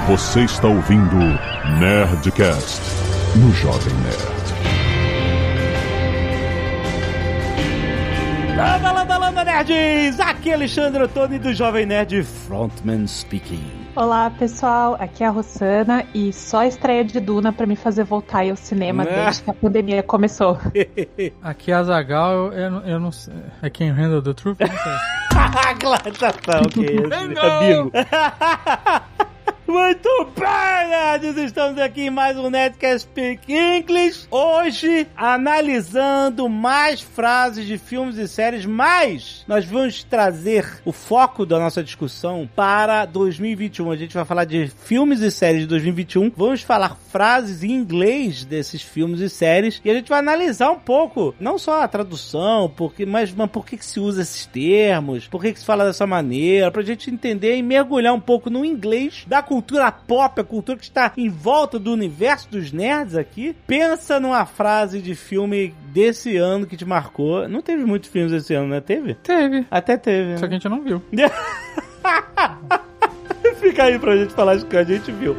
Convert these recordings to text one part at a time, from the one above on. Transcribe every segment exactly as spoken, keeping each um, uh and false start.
Você está ouvindo Nerdcast no Jovem Nerd. Landa, landa, landa, nerds! Aqui é Alexandre Ottoni do Jovem Nerd Frontman Speaking. Olá, pessoal. Aqui é a Rossana e só a estreia de Duna pra me fazer voltar aí ao cinema desde que a pandemia começou. Aqui é a Zagal, eu, eu, eu não sei. É quem handle the truth? Eu não sei. Claro, tá, tá, ok. É bingo. Muito bem, nerds! Estamos aqui em mais um Nerdcast Speak English. Hoje, analisando mais frases de filmes e séries, mas nós vamos trazer o foco da nossa discussão para dois mil e vinte e um. A gente vai falar de filmes e séries de dois mil e vinte e um. Vamos falar frases em inglês desses filmes e séries. E a gente vai analisar um pouco, não só a tradução, porque, mas, mas por que, que se usa esses termos, por que, que se fala dessa maneira, pra gente entender e mergulhar um pouco no inglês da cultura cultura pop, a cultura que está em volta do universo dos nerds aqui. Pensa numa frase de filme desse ano que te marcou. Não teve muitos filmes esse ano, né? Teve? Teve. Até teve, né? Só que a gente não viu. Fica aí pra gente falar de que a gente viu.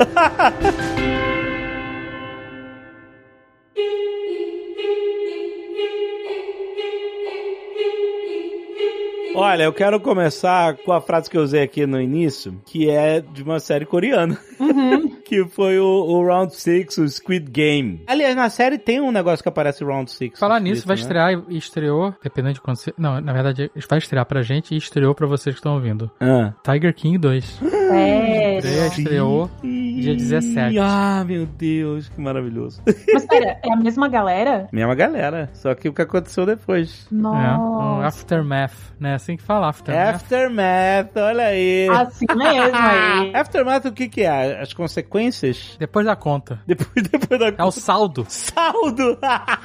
Olha, eu quero começar com a frase que eu usei aqui no início, que é de uma série coreana. Uhum. Que foi o, o Round six, o Squid Game. Aliás, na série tem um negócio que aparece Round six. Falar nisso, vai né? estrear e estreou, dependendo de quando você... Não, na verdade, vai estrear pra gente e estreou pra vocês que estão ouvindo. Ah. Tiger King dois. É. Estreia, estreou dia dezessete. Ah, meu Deus, que maravilhoso. Mas pera, é a mesma galera? Mesma galera, só que o que aconteceu depois. Nossa. É, um Aftermath, né? Assim que fala, Aftermath. Aftermath, olha aí. Assim mesmo aí. Aftermath, o que que é? As consequências? Depois da conta. Depois, depois da conta. É o saldo. Saldo!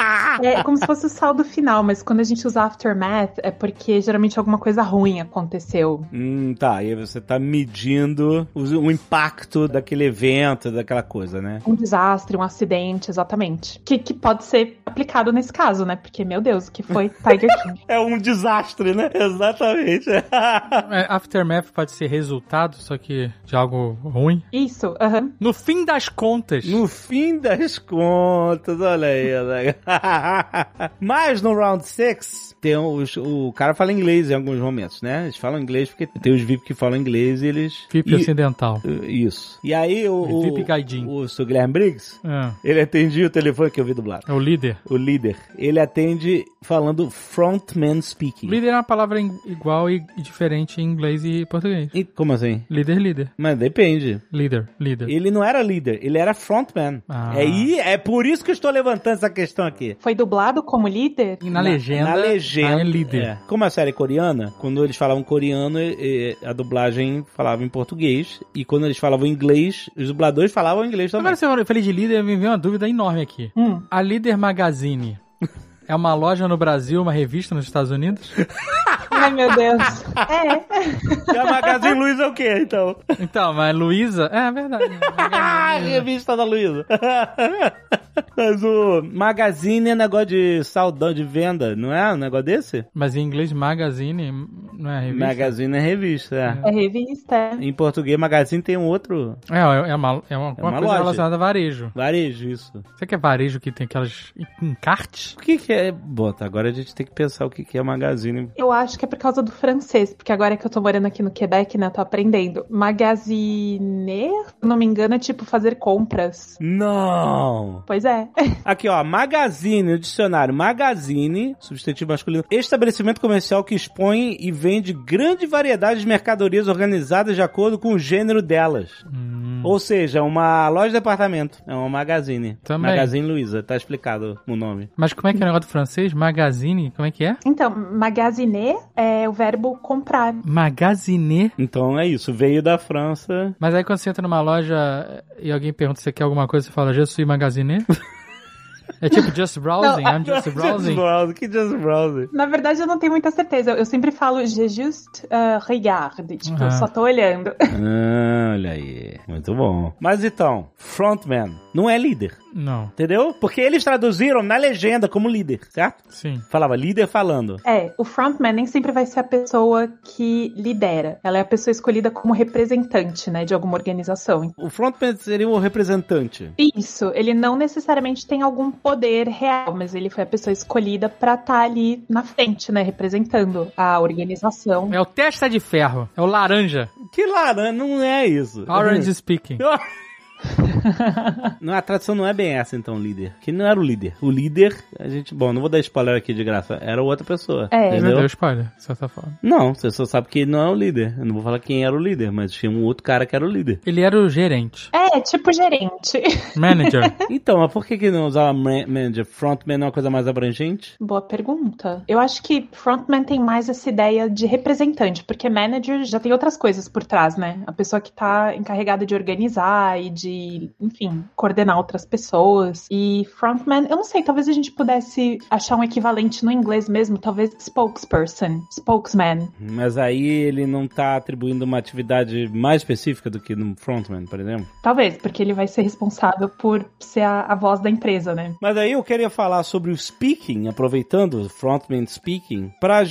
É como se fosse o saldo final, mas quando a gente usa Aftermath é porque geralmente alguma coisa ruim aconteceu. Hum, tá. E aí você tá medindo o, o impacto daquele evento, daquela coisa, né? Um desastre, um acidente, exatamente. Que, que pode ser aplicado nesse caso, né? Porque, meu Deus, o que foi Tiger King? É um desastre, né? Exatamente. É, Aftermath pode ser resultado, só que de algo ruim. Isso, aham. Uhum. No fim das contas. No fim das contas, olha aí. Olha aí. Mas no Round six, tem os, o cara fala inglês em alguns momentos, né? Eles falam inglês porque tem os V I P que falam inglês e eles... V I P e, ocidental. Isso. E aí o... V I P Gaidin. O, o seu Guilherme Briggs, é. ele atendia o telefone que eu vi dublado. É o líder. O líder. Ele atende falando frontman speaking. Líder é uma palavra igual e diferente em inglês e português. E como assim? Líder, líder. Mas depende. Líder, líder. Ele não era líder, ele era frontman. Ah. É, é por isso que eu estou levantando essa questão aqui. Foi dublado como líder? E na, na legenda, na legenda é líder. É. Como a série é coreana, quando eles falavam coreano, a dublagem falava em português. E quando eles falavam inglês, os dubladores falavam inglês também. Agora, você falei de líder, me veio uma dúvida enorme aqui. Hum. A Líder Magazine é uma loja no Brasil, uma revista nos Estados Unidos? Ai, meu Deus. É. E a Magazine Luiza é o quê, então? Então, mas Luiza... É, é verdade. A revista da Luiza. Mas o Magazine é negócio de saudão, de venda, não é um negócio desse? Mas em inglês, Magazine não é revista? Magazine é revista, é. É revista, é. Em português, Magazine tem um outro... É, é uma, é uma, é uma coisa loja relacionada a varejo. Varejo, isso. Você que é varejo que tem aquelas encartes? O que que é? Bota, agora a gente tem que pensar o que que é Magazine. Eu acho que é por causa do francês, porque agora que eu tô morando aqui no Quebec, né, eu tô aprendendo. Magazine, se não me engano, é tipo fazer compras. Não! Pois é. Aqui, ó, Magazine, o dicionário. Magazine, substantivo masculino, estabelecimento comercial que expõe e vende grande variedade de mercadorias organizadas de acordo com o gênero delas. Hum. Ou seja, uma loja de departamento. É uma Magazine. Também. Magazine Luiza, tá explicado o nome. Mas como é que é o negócio do francês? Magazine, como é que é? Então, magaziner é o verbo comprar. Magaziner? Então é isso, veio da França. Mas aí quando você entra numa loja e alguém pergunta se você quer alguma coisa, você fala, je suis magaziner? É tipo just browsing? Não, I'm just browsing? Just browsing, que just browsing? Na verdade, eu não tenho muita certeza. Eu, eu sempre falo, je juste uh, regarde. Tipo, Ah. eu só tô olhando. Ah, olha aí. Muito bom. Mas então, frontman não é líder. Não. Entendeu? Porque eles traduziram na legenda como líder, certo? Sim. Falava líder falando. É, o frontman nem sempre vai ser a pessoa que lidera. Ela é a pessoa escolhida como representante, né, de alguma organização. O frontman seria o representante. Isso, ele não necessariamente tem algum poder real, mas ele foi a pessoa escolhida pra estar ali na frente, né, representando a organização. É o testa de ferro. É o laranja. Que laranja, não é isso. Orange speaking. Não, a tradução não é bem essa, então, líder. Que não era o líder. O líder, a gente... Bom, não vou dar spoiler aqui de graça. Era outra pessoa. É. Não Entendeu? deu spoiler, de certa forma. Não, você só sabe que ele não é o líder. Eu não vou falar quem era o líder, mas tinha um outro cara que era o líder. Ele era o gerente. É, tipo gerente. Manager. Então, mas por que que não usava man- manager? Frontman é uma coisa mais abrangente? Boa pergunta. Eu acho que frontman tem mais essa ideia de representante, porque manager já tem outras coisas por trás, né? A pessoa que tá encarregada de organizar e de, enfim, coordenar outras pessoas. E frontman, eu não sei, talvez a gente pudesse achar um equivalente no inglês mesmo, talvez spokesperson, spokesman. Mas aí ele não tá atribuindo uma atividade mais específica do que no frontman, por exemplo? Talvez, porque ele vai ser responsável por ser a, a voz da empresa, né? Mas aí eu queria falar sobre o speaking, aproveitando o frontman speaking, pra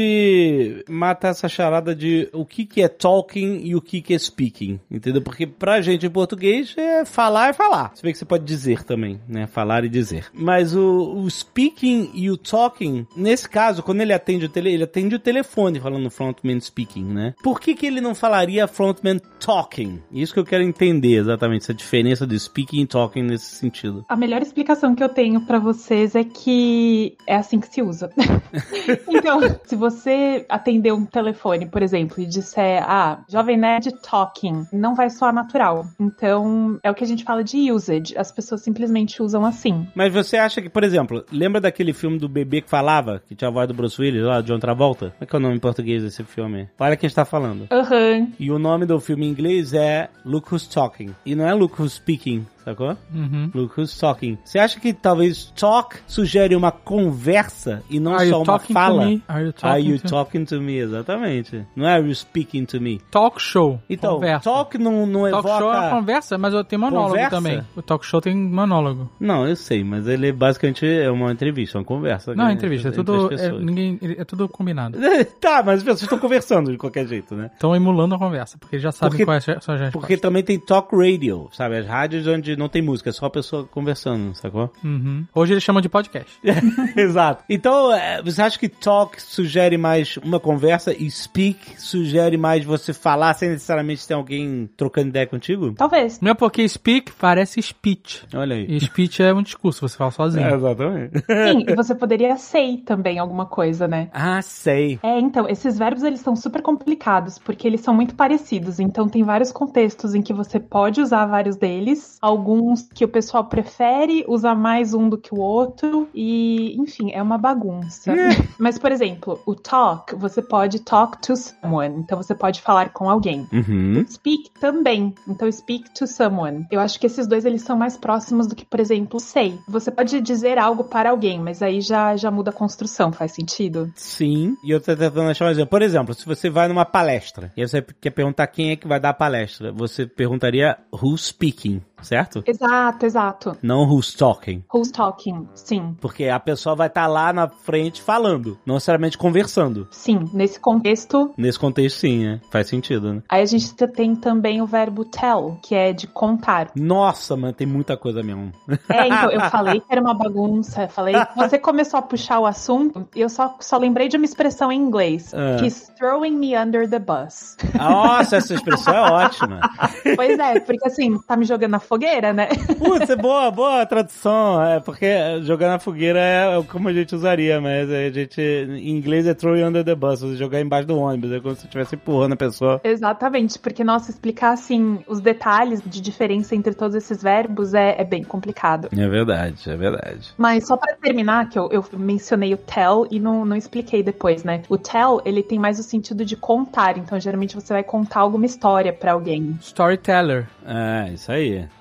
gente matar essa charada de o que que é talking e o que que é speaking, entendeu? Porque pra gente em português é falar e falar. Se bem que você pode dizer também, né? Falar e dizer. Mas o, o speaking e o talking, nesse caso, quando ele atende o tele, ele atende o telefone falando frontman speaking, né? Por que que ele não falaria frontman talking? Isso que eu quero entender exatamente, essa diferença de speaking e talking nesse sentido. A melhor explicação que eu tenho pra vocês é que é assim que se usa. Então, se você atender um telefone, por exemplo, e disser, ah, Jovem Nerd Talking, não vai soar natural. Então, é o que a gente fala de usage. As pessoas simplesmente usam assim. Mas você acha que, por exemplo, lembra daquele filme do bebê que falava, que tinha a voz do Bruce Willis, lá, John Travolta? Como é que é o nome em português desse filme? Olha quem está falando. Aham. Uhum. E o nome do filme em inglês é Look Who's Talking. E não é Look Who's Speaking, sacou? Uhum. Look Who's Talking. Você acha que talvez talk sugere uma conversa e não Are só you uma talking fala? to me? Are you talking, Are you to... talking to me? Exatamente. Não é Are you speaking to me? Talk show. Então, conversa. talk não, não Talk evoca... show é uma conversa, mas eu tenho monólogo Conversa? também. O talk show tem monólogo. Não, eu sei, mas ele basicamente é uma entrevista, uma conversa. Não, né? é entrevista. É Entre tudo, as é, pessoas. ninguém, é tudo combinado. Tá, mas as pessoas estão conversando de qualquer jeito, né? Estão emulando a conversa, porque eles já sabem Porque- quais são as respostas. Porque também tem talk radio, sabe? As rádios onde não tem música, é só a pessoa conversando, sacou? Uhum. Hoje eles chamam de podcast. Exato. Então, é, você acha que talk sugere mais uma conversa e speak sugere mais você falar sem necessariamente ter alguém trocando ideia contigo? Talvez. Não é porque speak parece speech. Olha aí. E speech é um discurso, você fala sozinho. É, exatamente. Sim, e você poderia say também alguma coisa, né? Ah, sei. É, então, esses verbos, eles são super complicados, porque eles são muito parecidos. Então, tem vários contextos em que você pode usar vários deles. Alguns que o pessoal prefere usar mais um do que o outro. E, enfim, é uma bagunça. Mas, por exemplo, o talk, você pode talk to someone. Então, você pode falar com alguém. Uhum. Speak também. Então, speak to someone. Eu acho que esses dois, eles são mais próximos do que, por exemplo, say. Você pode dizer algo para alguém, mas aí já, já muda a construção. Faz sentido? Sim. E eu tô tentando achar um exemplo. Por exemplo, se você vai numa palestra e você quer perguntar quem é que vai dar a palestra, você perguntaria who's speaking, certo? Exato, exato. Não who's talking. Who's talking? Sim. Porque a pessoa vai estar lá na frente falando, não necessariamente conversando. Sim, nesse contexto. Nesse contexto, sim, né? Faz sentido, né? Aí a gente tem também o verbo tell, que é de contar. Nossa, mano, tem muita coisa mesmo. É, então, eu falei que era uma bagunça. Falei, você começou a puxar o assunto e eu só, só lembrei de uma expressão em inglês. Ah. He's throwing me under the bus. Nossa, essa expressão é ótima. Pois é, porque assim, tá me jogando na fogueira, né? Putz, é boa, boa tradução. É porque jogar na fogueira é como a gente usaria, mas a gente, em inglês é throw you under the bus, você jogar embaixo do ônibus, é como se você estivesse empurrando a pessoa. Exatamente, porque, nossa, explicar, assim, os detalhes de diferença entre todos esses verbos é, é bem complicado. É verdade, é verdade. Mas só pra terminar, que eu, eu mencionei o tell e não, não expliquei depois, né? O tell, ele tem mais o sentido de contar, então geralmente você vai contar alguma história pra alguém. Storyteller. É, isso aí.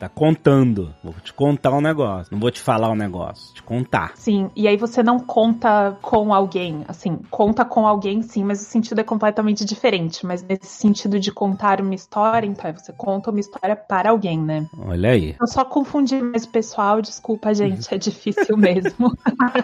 Tá contando. Vou te contar um negócio. Não vou te falar um negócio. Te contar. Sim, e aí você não conta com alguém, assim, conta com alguém sim, mas o sentido é completamente diferente. Mas nesse sentido de contar uma história, então você conta uma história para alguém, né? Olha aí. Eu só confundi mais o pessoal, desculpa, gente, é difícil mesmo.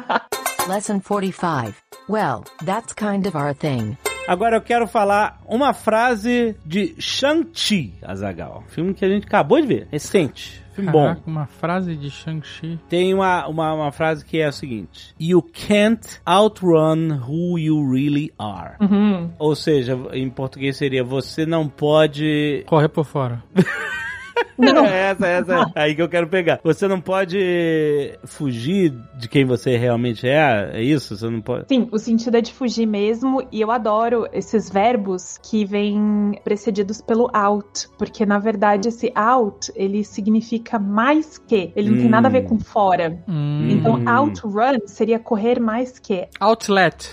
Lesson forty-five. Well, that's kind of our thing. Agora eu quero falar uma frase de Shang-Chi, Azaghal. Filme que a gente acabou de ver, recente. Filme Caraca, bom. uma frase de Shang-Chi. Tem uma, uma, uma frase que é a seguinte: You can't outrun who you really are. Uhum. Ou seja, em português seria: você não pode... Correr por fora. Não. É essa, essa aí que eu quero pegar. Você não pode fugir de quem você realmente é, é isso? Você não pode... Sim, o sentido é de fugir mesmo, e eu adoro esses verbos que vêm precedidos pelo out, porque na verdade esse out, ele significa mais que, ele não Hum. tem nada a ver com fora. Hum. Então outrun seria correr mais que. Outlet.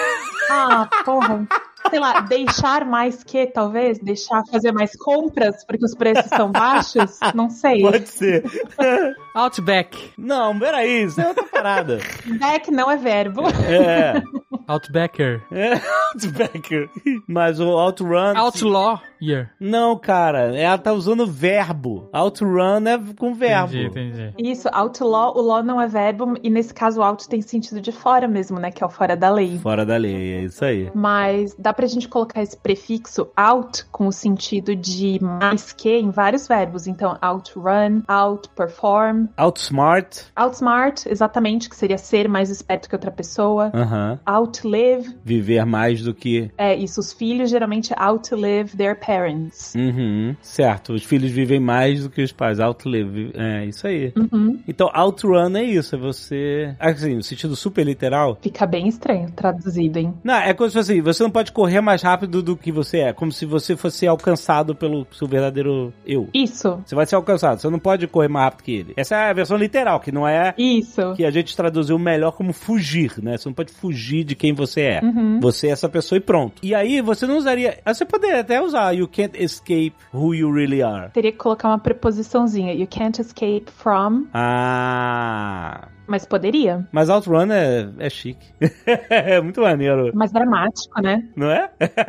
Ah, porra. Sei lá, deixar mais que, talvez? Deixar fazer mais compras porque os preços são baixos? Não sei. Pode ser. Outback. Não, peraí, isso é outra parada. Back não é verbo. É. Outbacker. É, Outbacker. Mas o outrun... Outlaw. Year. Não, cara, ela tá usando verbo. Outrun é com verbo. Entendi, entendi. Isso, outlaw, o law não é verbo, e nesse caso o out tem sentido de fora mesmo, né? Que é o fora da lei. Fora da lei, é isso aí. Mas dá pra gente colocar esse prefixo out com o sentido de mais que em vários verbos. Então, outrun, outperform, Outsmart. outsmart, exatamente, que seria ser mais esperto que outra pessoa. Aham. Outlive, Viver mais do que... é isso, os filhos geralmente outlive their parents. Uhum. Certo, os filhos vivem mais do que os pais. Outlive, é isso aí. Uhum. Então, outrun é isso, é você... Assim, no sentido super literal. Fica bem estranho traduzido, hein? Não, é como se fosse assim, você não pode correr mais rápido do que você é, como se você fosse alcançado pelo seu verdadeiro eu. Isso, Você vai ser alcançado, você não pode correr mais rápido que ele. Essa é a versão literal, que não é isso. que a gente traduziu melhor como fugir, né? Você não pode fugir de quem você é. Uhum. Você é essa pessoa e pronto. E aí, você não usaria... Você poderia até usar you can't escape who you really are. Teria que colocar uma preposiçãozinha. You can't escape from, Ah... mas poderia. Mas outrun é, é chique. É muito maneiro, Mais dramático, né? não é?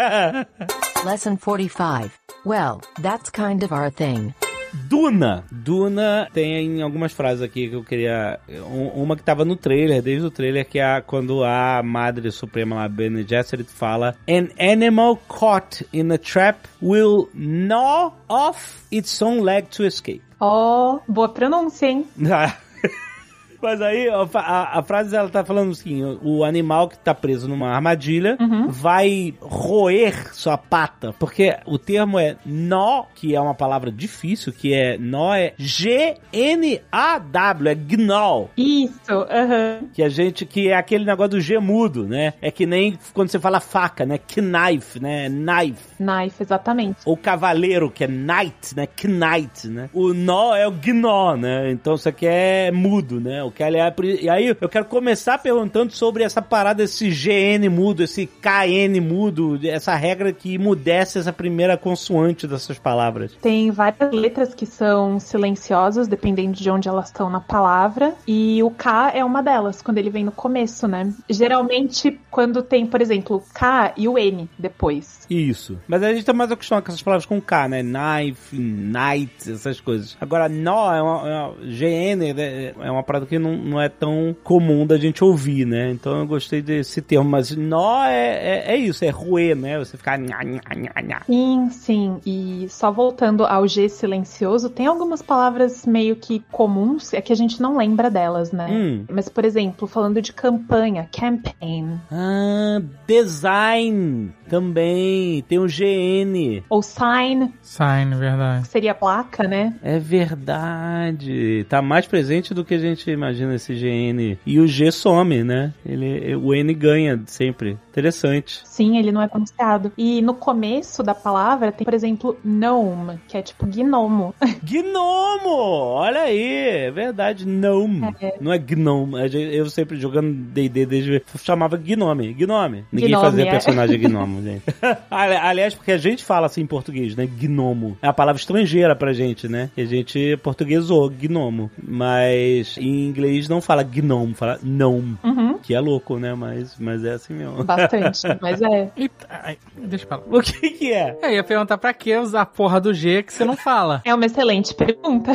Lesson forty-five. Well, that's kind of our thing. Duna. Duna tem algumas frases aqui que eu queria... um- Uma que tava no trailer, desde o trailer, que é a- quando a Madre Suprema lá, Bene Gesserit, fala: An animal caught in a trap will gnaw off its own leg to escape. Ó, boa pronúncia, hein? Mas aí, a, a, a frase, ela tá falando assim, o animal que tá preso numa armadilha Uhum. vai roer sua pata, porque o termo é nó, que é uma palavra difícil, que é nó, é G N A W, é gnaw, Isso, aham. que a gente, que é aquele negócio do G mudo, né? É que nem quando você fala faca, né? Knife, né? Knife. Knife, exatamente. Ou cavaleiro, que é knight, né? Knight, né? O nó é o gnó, né? Então isso aqui é mudo, né? O que aliás, e aí eu quero começar perguntando sobre essa parada, esse G N mudo, esse K N mudo, essa regra que emudece essa primeira consoante dessas palavras. Tem várias letras que são silenciosas, dependendo de onde elas estão na palavra. E o K é uma delas, quando ele vem no começo, né? Geralmente, quando tem, por exemplo, o K e o N depois. Isso. Mas a gente tá mais acostumado com essas palavras com K, né? Knife, night, essas coisas. Agora, nó é uma, é uma G N, né? É uma parada que não, não é tão comum da gente ouvir, né? Então eu gostei desse termo. Mas nó é, é, é isso, é roer, né? Você ficar... Nha, nha, nha, nha. Sim, sim. E só voltando ao G silencioso, tem algumas palavras meio que comuns, é que a gente não lembra delas, né? Hum. Mas, por exemplo, falando de campanha, campaign, Ah, design também. Tem o G N. ou sign, Sign, verdade. que seria placa, né? É verdade. Tá mais presente do que a gente imagina esse G N. E o G some, né? Ele, o N ganha sempre. Interessante. Sim, ele não é pronunciado. E no começo da palavra tem, por exemplo, gnome, que é tipo gnomo. Gnomo! Olha aí, é verdade. Gnome. É. Não é gnome. Eu sempre jogando D e D desde... chamava gnome. Gnome. Ninguém Gnome, fazia é. personagem gnomo. gnomo, gente. Ali- Aliás, porque a gente fala assim em português, né? Gnomo. É uma palavra estrangeira pra gente, né? Que a gente portuguesou, gnomo. Mas em inglês não fala gnome, fala gnome. Uhum. Que é louco, né? Mas, mas é assim mesmo. Bastante, mas é. E, ai, deixa pra lá. O que que é? Eu ia perguntar pra que usar a porra do G que você não fala. É uma excelente pergunta.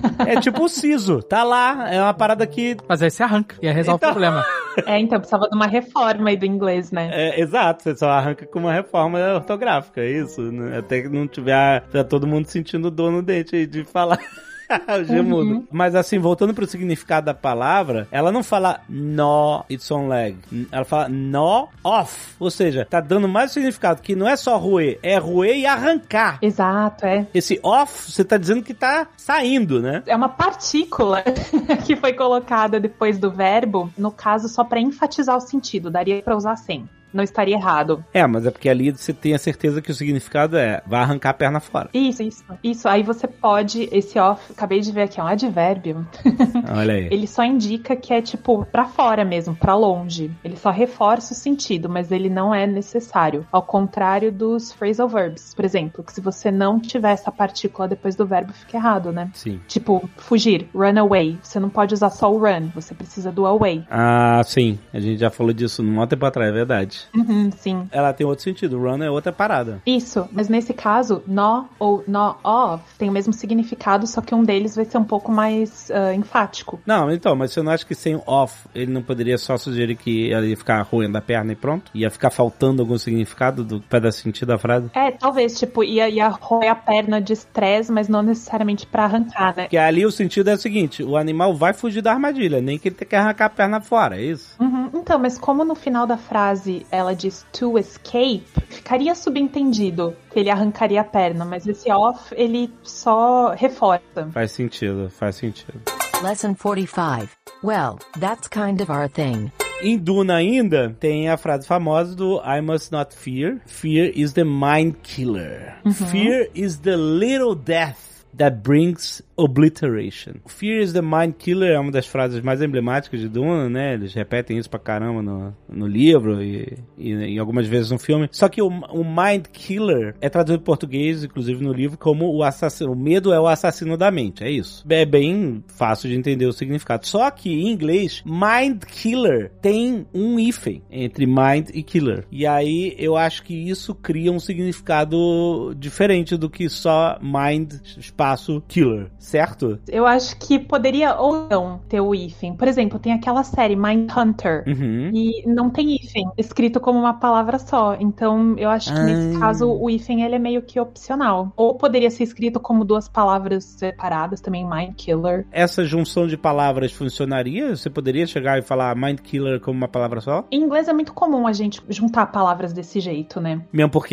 É tipo o siso. Tá lá. É uma parada que... Mas aí você arranca e aí resolve Então- o problema. É, então, precisava de uma reforma aí do inglês, né? É, exato. Você só arranca com uma reforma ortográfica. É isso. Né? Até que não tiver... Tá todo mundo sentindo dor no dente aí de falar... O G mudo. Uhum. Mas assim, voltando pro significado da palavra, ela não fala gnaw its own leg. Ela fala gnaw off. Ou seja, tá dando mais significado, que não é só roer, é roer e arrancar. Exato, é. Esse off, você tá dizendo que tá saindo, né? É uma partícula que foi colocada depois do verbo, no caso, só pra enfatizar o sentido. Daria pra usar sem. Não estaria errado. É, mas é porque ali você tem a certeza que o significado é vai arrancar a perna fora. Isso, isso. Isso, aí você pode, esse off, acabei de ver aqui, é um advérbio. Olha aí. Ele só indica que é tipo pra fora mesmo, pra longe. Ele só reforça o sentido, mas ele não é necessário. Ao contrário dos phrasal verbs, por exemplo, que se você não tiver essa partícula depois do verbo, fica errado, né? Sim. Tipo, fugir, run away. Você não pode usar só o run, você precisa do away. Ah, sim. A gente já falou disso num tempo atrás, é verdade. Uhum, sim. Ela tem outro sentido. Run é outra parada. Isso, mas nesse caso, nó ou nó off tem o mesmo significado, só que um deles vai ser um pouco mais uh, enfático. Não, então, mas você não acha que sem o off ele não poderia só sugerir que ela ia ficar roendo a perna e pronto? Ia ficar faltando algum significado do, pra dar sentido à frase? É, talvez, tipo, ia, ia roer a perna de estresse, mas não necessariamente pra arrancar, né? Porque ali o sentido é o seguinte, o animal vai fugir da armadilha, nem que ele tenha que arrancar a perna fora, é isso? Uhum. Então, mas como no final da frase ela diz to escape, ficaria subentendido que ele arrancaria a perna, mas esse off, ele só reforça. Faz sentido, faz sentido. Lesson forty-five. Well, that's kind of our thing. Em Duna ainda, tem a frase famosa do I must not fear. Fear is the mind killer. Uhum. Fear is the little death that brings obliteration. Fear is the mind killer é uma das frases mais emblemáticas de Duna, né? Eles repetem isso pra caramba no, no livro e, e, e algumas vezes no filme. Só que o, o mind killer é traduzido em português, inclusive no livro, como o assassino. O medo é o assassino da mente, é isso. É bem fácil de entender o significado. Só que em inglês, mind killer tem um hífen entre mind e killer. E aí eu acho que isso cria um significado diferente do que só mind espaço killer. Certo? Eu acho que poderia ou não ter o hífen. Por exemplo, tem aquela série Mindhunter Uhum. e não tem hífen escrito como uma palavra só. Então, eu acho que Ah. nesse caso o hífen ele é meio que opcional. Ou poderia ser escrito como duas palavras separadas também, Mind Killer. Essa junção de palavras funcionaria? Você poderia chegar e falar mind killer como uma palavra só? Em inglês é muito comum a gente juntar palavras desse jeito, né? Mesmo porque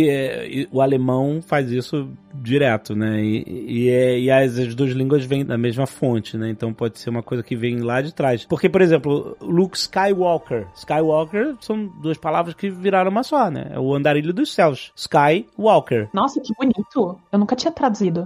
e, e, o alemão faz isso direto, né? E, e, é- e as, as duas línguas vêm da mesma fonte, né? Então pode ser uma coisa que vem lá de trás. Porque, por exemplo, Luke Skywalker. Skywalker são duas palavras que viraram uma só, né? É o andarilho dos céus. Skywalker. Nossa, que bonito. Eu nunca tinha traduzido.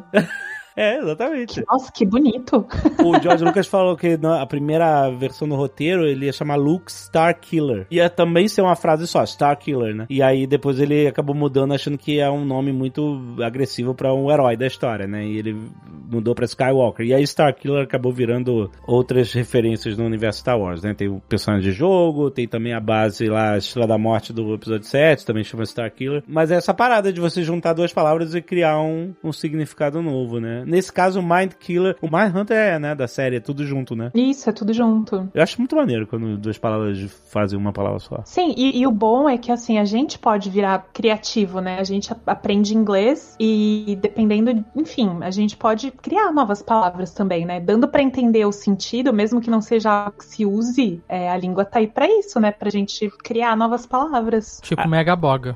É, exatamente. Nossa, que bonito. O George Lucas falou que na a primeira versão do roteiro ele ia chamar Luke Starkiller. Ia também ser uma frase só, Starkiller, né? E aí depois ele acabou mudando, achando que é um nome muito agressivo pra um herói da história, né? E ele mudou pra Skywalker. E aí Starkiller acabou virando outras referências no universo Star Wars, né? Tem o personagem de jogo, tem também a base lá, a Estrela da Morte do episódio sete, também chama Starkiller. Mas é essa parada de você juntar duas palavras e criar um, um significado novo, né? Nesse caso, o Mind Killer, o Mindhunter é, né, da série, é tudo junto, né? Isso, é tudo junto. Eu acho muito maneiro quando duas palavras fazem uma palavra só. Sim, e, e o bom é que, assim, a gente pode virar criativo, né? A gente a- aprende inglês e, dependendo, enfim, a gente pode criar novas palavras também, né? Dando pra entender o sentido, mesmo que não seja algo que se use, é, a língua tá aí pra isso, né? Pra gente criar novas palavras. Tipo mega boga.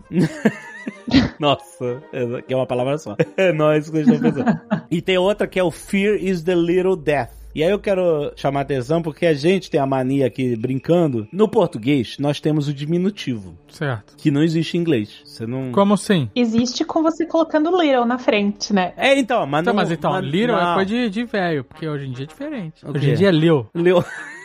Nossa, é- que é uma palavra só. É nóis que a gente tá pensando. E tem outra que é o Fear is the Little Death. E aí eu quero chamar a atenção porque a gente tem a mania aqui, brincando. No português, nós temos o diminutivo, Certo. que não existe em inglês. Você não... Como assim? Existe com você colocando little na frente, né? É, então, mas Então, não... mas então, mas- little não. é coisa de, de velho, porque hoje em dia é diferente. O Hoje quê? em dia é Lil. Leo...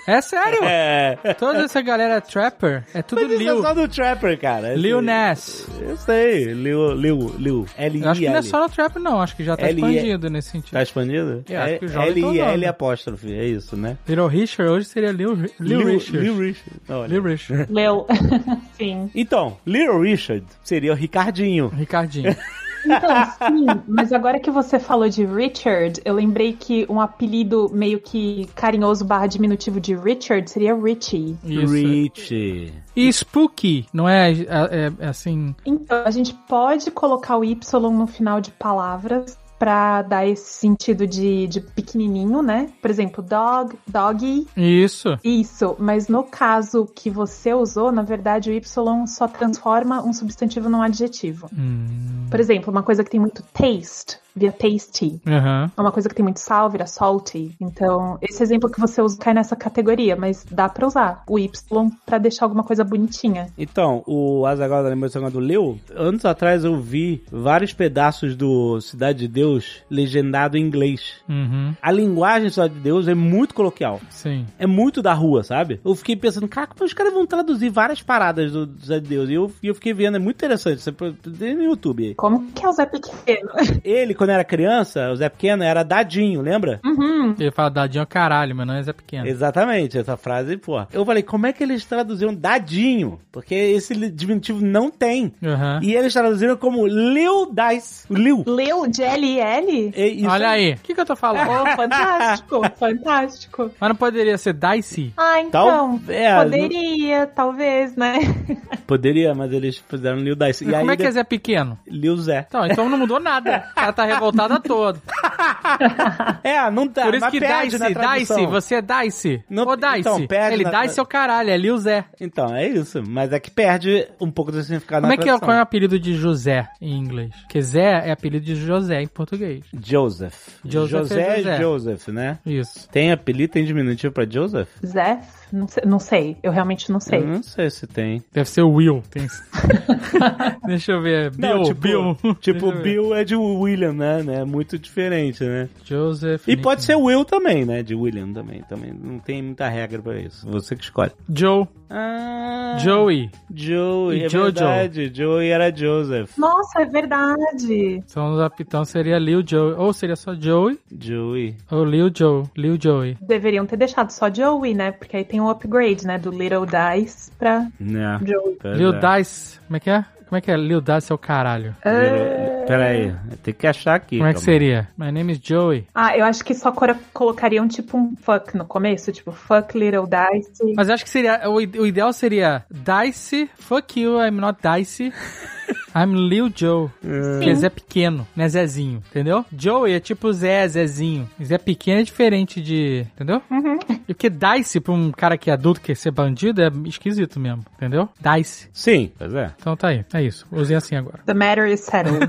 É sério? É. Toda essa galera trapper é tudo Mas isso Lil. é só do Trapper, cara. Lil Esse- Nas. Eu sei. Lil, Lil, Lil. L I L. Eu acho que não é só no trap, não. Acho que já tá L I- expandido nesse sentido. Tá expandido? Eu acho que o jovem L I L tá apóstrofe, é isso, né? Little Richard hoje seria Lil, Lil, Richard. Lil Richard. Olha. Lil Richard. Leu. Sim. Então, Little Richard seria o Ricardinho. Ricardinho. Então, sim, mas agora que você falou de Richard, eu lembrei que um apelido meio que carinhoso barra diminutivo de Richard seria Richie. Isso. Rich. E Spooky, não é, é, é, é assim... Então, a gente pode colocar o Y no final de palavras pra dar esse sentido de, de pequenininho, né? Por exemplo, dog, doggy. Isso. Isso, mas no caso que você usou, na verdade o Y só transforma um substantivo num adjetivo. Hum. Por exemplo, uma coisa que tem muito taste, vira tasty. Aham. Uma coisa que tem muito sal, vira salty. Então, esse exemplo que você usa cai nessa categoria, mas dá pra usar o Y pra deixar alguma coisa bonitinha. Então, o Azaghal da lembrança do Lil, anos atrás eu vi vários pedaços do Cidade de Deus legendado em inglês. Uhum. A linguagem Cidade de Deus é muito coloquial. Sim. É muito da rua, sabe? Eu fiquei pensando, cara, como os caras vão traduzir várias paradas do Cidade de Deus? E eu, e eu fiquei vendo, é muito interessante. Você pode ver no YouTube aí. Como que é o Zé Pequeno? Ele, quando era criança, o Zé Pequeno era Dadinho, lembra? Uhum. Ele fala dadinho ao caralho, mas não é Zé Pequeno. Exatamente, essa frase, pô. Eu falei, como é que eles traduziram Dadinho? Porque esse diminutivo não tem. Uhum. E eles traduziram como Lil Dice. Lil. Leu de L I L? É isso Olha aí. O que, que eu tô falando? Oh, fantástico, fantástico. Mas não poderia ser Dicey? Ah, então, Tal- é, poderia, talvez, né? Poderia, mas eles fizeram Lil Dice. Mas E como aí é que é Zé Pequeno? Lil Zé. Então, então não mudou nada. O cara tá revoltado a todo. É, não tá. Por isso mas que perde na Dice, tradução. Dice, você é Dice. Não- Ô Dice. então, perde Ele na- Dice é o caralho, é Lil Zé. Então, é isso. Mas é que perde um pouco do significado Como na é que é, tradução. qual é o apelido de José em inglês? Porque Zé é apelido de José em português. Joseph. Joseph José é é José. Joseph, né? Isso. Tem apelido, tem diminutivo pra Joseph? Zé? Não sei, não sei, eu realmente não sei. Eu não sei se tem. Deve ser Will. Tem... Deixa eu ver. Bill, Não, tipo, Bill. tipo Deixa eu ver. Bill é de William, né? né? Muito diferente, né? Joseph. E pode Nick- ser Will também, né? De William também. também. Não tem muita regra pra isso. Você que escolhe. Joe. Ah, Joey. Joey, E é Jojo. verdade. Joey era Joseph. Nossa, é verdade. São os ap- Então seria Lil Joey. Ou seria só Joey. Joey. Ou Lil Joe. Lil Joey. Deveriam ter deixado só Joey, né? Porque aí tem um upgrade, né? Do Little Dice pra Não. Joey. Pois Lil é. Dice. Como é que é? Como é que é? Lil Dice é o caralho. Little- Pera aí. Tem que achar aqui. Como é que calma. seria? My name is Joey. Ah, eu acho que só cora- colocariam tipo um fuck no começo, tipo fuck Little Dice. Mas eu acho que seria. O, ide- o ideal seria Dice. Fuck you, I'm not Dice. I'm Lil Joe. Porque Zé pequeno, né? Zezinho. Entendeu? Joey é tipo Zé, Zezinho. Zé pequeno é diferente de. Entendeu? Uhum. E porque Dice, pra um cara que é adulto, quer ser bandido, é esquisito mesmo. Entendeu? Dice. Sim, pois é. Então tá aí. É isso. Usei assim agora. The matter is settled.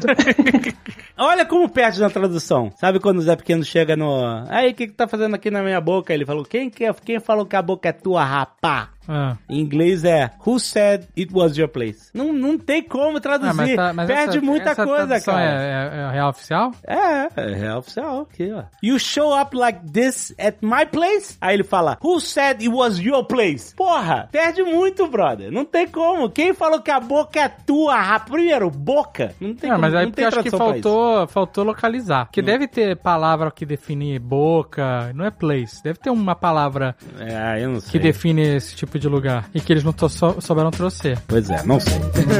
Olha como perde na tradução. Sabe quando o Zé Pequeno chega no... Aí, o que que tá fazendo aqui na minha boca? Ele falou, quem, que, quem falou que a boca é tua, rapá? Ah. Em inglês é Who said it was your place? Não, não tem como traduzir. Ah, mas tá- mas Perde essa- muita essa coisa, tradução cara. É, é, é a real oficial? É, é real oficial. Aqui, ó. You show up like this at my place? Aí ele fala, Who said it was your place? Porra, perde muito, brother. Não tem como. Quem falou que a boca é tua, rapaz? Primeiro, boca. Não tem É, como. mas aí não porque tem eu acho que tradução pra isso. faltou, faltou localizar. Porque deve ter palavra que define boca, não é place. Deve ter uma palavra É, eu não sei. que define esse tipo de lugar. E que eles não to- sou- souberam trouxer. Pois é, não sei.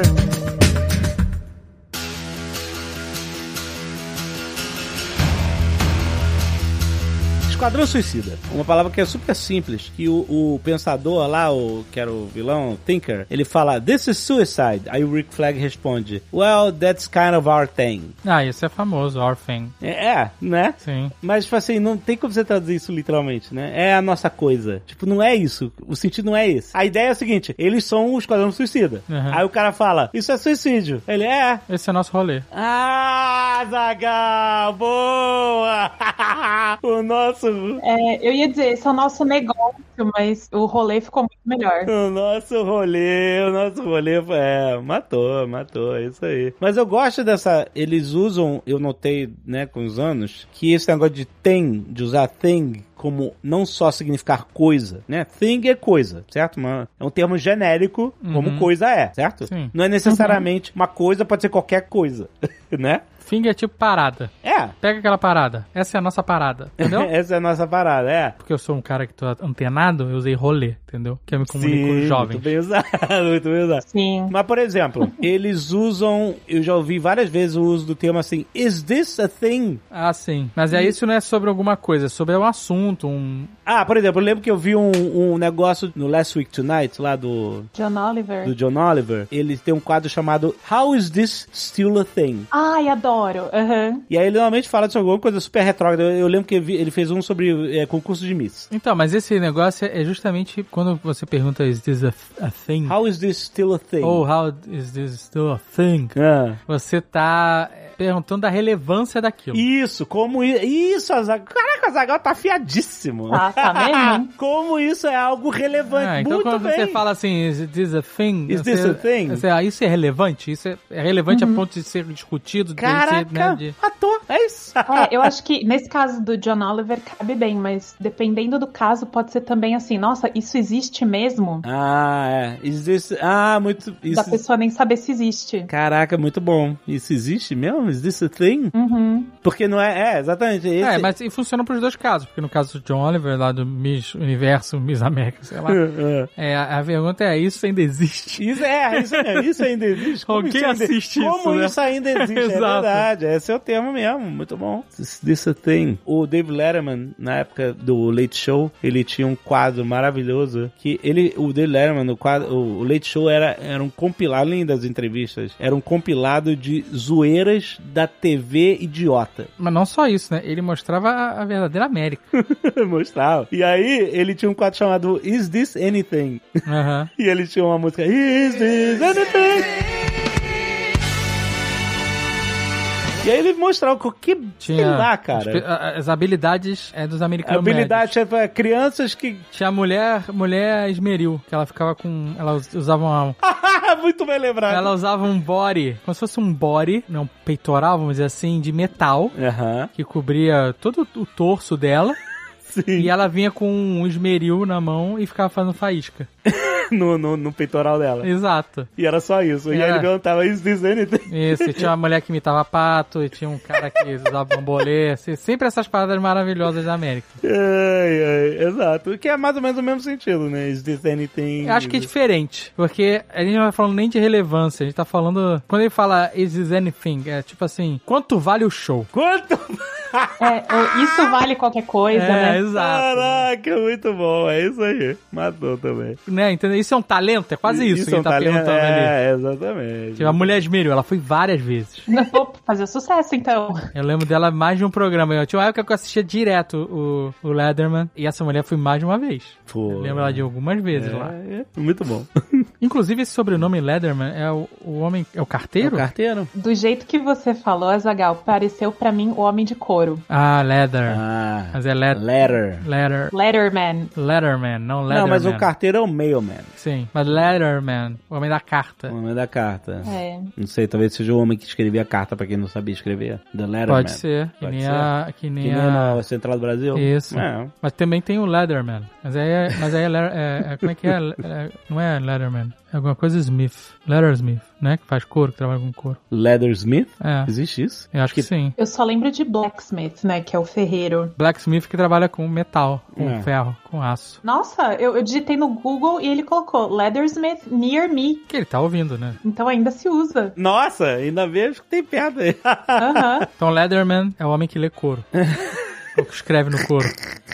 Esquadrão Suicida. Uma palavra que é super simples. Que o, o pensador lá, o, que era o vilão, o Thinker, ele fala, this is suicide. Aí o Rick Flag responde, well, that's kind of our thing. Ah, isso é famoso, Orphan. É, é, né? Sim. Mas, tipo assim, não tem como você traduzir isso literalmente, né? É a nossa coisa. Tipo, não é isso. O sentido não é esse. A ideia é a seguinte, eles são o Esquadrão Suicida. Uhum. Aí o cara fala, isso é suicídio. Ele, é. Esse é o nosso rolê. Ah, Zagal, boa! O nosso nosso... É, eu ia dizer, esse é o nosso negócio, mas o rolê ficou muito melhor. O nosso rolê, o nosso rolê, é, matou, matou, é isso aí. Mas eu gosto dessa, eles usam, eu notei, né, com os anos, que esse negócio de thing, de usar thing, como não só significar coisa, né? Thing é coisa, certo? Uma, é um termo genérico, como Uhum. coisa é, certo? Sim. Não é necessariamente uma coisa, pode ser qualquer coisa, né? Thing é tipo parada. É. Pega aquela parada. Essa é a nossa parada, entendeu? Essa é a nossa parada, é. Porque eu sou um cara que tô antenado, eu usei rolê, entendeu? Que eu me comunico com os jovens. Muito bem usado, muito bem usado. Sim. Mas, por exemplo, eles usam, eu já ouvi várias vezes o uso do termo assim, is this a thing? Ah, sim. Mas é isso não é sobre alguma coisa, é sobre um assunto, um... Ah, por exemplo, eu lembro que eu vi um, um negócio no Last Week Tonight, lá do, John Oliver. do John Oliver. Ele tem um quadro chamado How is this still a thing? Ai, adoro. Aham. E aí ele normalmente fala sobre alguma coisa super retrógrada. Eu, eu lembro que eu vi- ele fez um sobre é, concurso de Miss. Então, mas esse negócio é justamente quando você pergunta, is this a, a thing? How is this still a thing? Ou how is this still a thing? Ah. Você tá perguntando da relevância daquilo. Isso, como i- isso, Azaghal. Caraca, o Azaghal tá afiadíssimo. Tá, tá mesmo? Como isso é algo relevante. Ah, então Muito quando bem. você fala assim, is this a thing? Is você, this a thing? você, ah, isso é relevante? Isso é, é relevante a ponto de ser discutido? de Caraca, ser, né, de... matou. É isso. É, eu acho que nesse caso do John Oliver cabe bem, mas dependendo do caso, pode ser também assim, nossa, isso existe mesmo? Ah, é. Is this... Ah, muito... Da Isso... pessoa nem saber se existe. Caraca, muito bom. Isso existe mesmo? Is this a thing? Uhum. Porque não é... É, exatamente. Esse... É, mas e funciona pros dois casos, porque no caso do John Oliver, lá do Miss Universo, Miss América, sei lá, é, a, a pergunta é, isso ainda existe? Isso é, isso, é, isso ainda existe. Como Alguém isso ainda- assiste isso, Como né? isso ainda existe, é Exato. verdade. Esse é o termo mesmo, muito bom. Is this a thing? O David Letterman, na época do Late Show, ele tinha um quadro maravilhoso que ele, o David Letterman, o, quadro, o Late Show era, era um compilado, além das entrevistas, era um compilado de zoeiras da T V idiota. Mas não só isso, né? Ele mostrava a, a verdadeira América. Mostrava. E aí, ele tinha um quadro chamado Is This Anything? Aham. E ele tinha uma música Is This Anything? E aí ele mostrava o que, sei lá, cara. As, as habilidades é dos americanos Habilidade, tipo, crianças que... Tinha a mulher, mulher esmeril, que ela ficava com... Ela usava uma... Muito bem lembrado. Ela usava um body, como se fosse um body, não, um peitoral, vamos dizer assim, de metal, Aham. que cobria todo o torso dela. Sim. E ela vinha com um esmeril na mão e ficava fazendo faísca. no, no, no peitoral dela. Exato. E era só isso. E aí Era. ele perguntava, is this anything? Isso, e tinha uma mulher que imitava pato, e tinha um cara que usava bambolê, assim, sempre essas paradas maravilhosas da América. Ai, ai, exato. O que é mais ou menos o mesmo sentido, né? Is this anything? Eu acho que é diferente, porque a gente não tá falando nem de relevância, a gente tá falando... Quando ele fala is this anything, é tipo assim, quanto vale o show? Quanto? É, ou isso vale qualquer coisa, É, né? exato. Caraca, muito bom. É isso aí. Matou também. Né, entendeu? Isso é um talento, é quase isso, que é um ele tá talento. perguntando ali. É, exatamente. Tipo, a mulher esmeril, ela foi várias vezes. Vou fazer sucesso, então. Eu lembro dela mais de um programa. Eu tinha uma época que eu assistia direto o, o Letterman, e essa mulher foi mais de uma vez. Pô. Eu lembro ela de algumas vezes lá. É, é, muito bom. Inclusive, esse sobrenome Letterman é o, o homem... É o carteiro? O carteiro? Do jeito que você falou, Azaghal, pareceu pra mim o homem de couro. Ah, Leather. Ah. Mas é let, Letter. Letter. Letterman. Letterman, não Letterman. Não, mas o carteiro é o mailman. Sim, mas Letterman, o homem da carta. O nome da carta. É. Não sei, talvez seja o homem que escrevia a carta pra quem não sabia escrever. The Letterman. Pode ser. Que Pode nem ser. a... Que nem Que nem a... na Central do Brasil. Isso. É. Mas também tem o Leatherman. Mas aí é... Mas aí é, le- é, é como é que é? É- Não é Letterman. É alguma coisa Smith. Lettersmith, né? Que faz couro, que trabalha com couro. Leathersmith? É. Existe isso? Eu acho que sim. Eu só lembro de Blacksmith, né? Que é o ferreiro. Blacksmith que trabalha com metal, com É. ferro, com aço. Nossa, eu, eu digitei no Google e ele colocou Leathersmith near me. Que ele tá ouvindo, né? Então ainda se usa. Nossa, ainda vejo que tem perto aí. Aham. Então Leatherman é o homem que lê couro. Ou que escreve no couro.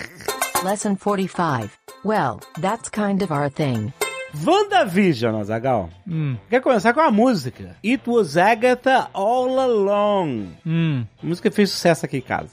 Lesson forty-five. Well, that's kind of our thing. WandaVision, Azaghal. Hum, Quer começar com a música. It was Agatha all along. hum. A música fez sucesso aqui em casa.